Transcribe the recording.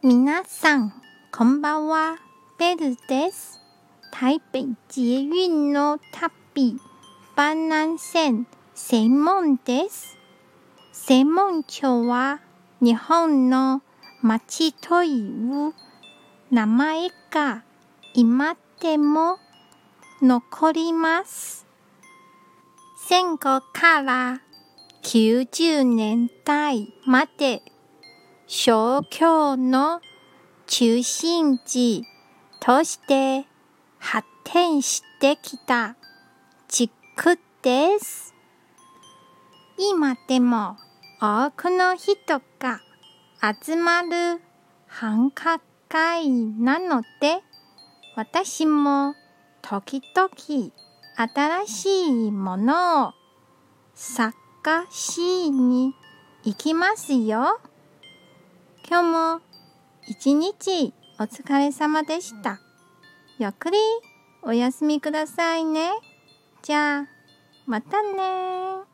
皆さん、こんばんは。ベルです。台北捷運の旅、板南線専門です。専門町は日本の町という名前が今でも残ります。戦後から90年代まで商業の中心地として発展してきた地区です。今でも多くの人が集まる繁華街なので、私も時々新しいものを探しに行きますよ。今日も一日お疲れ様でした。ゆっくりお休みくださいね。じゃあ、またね。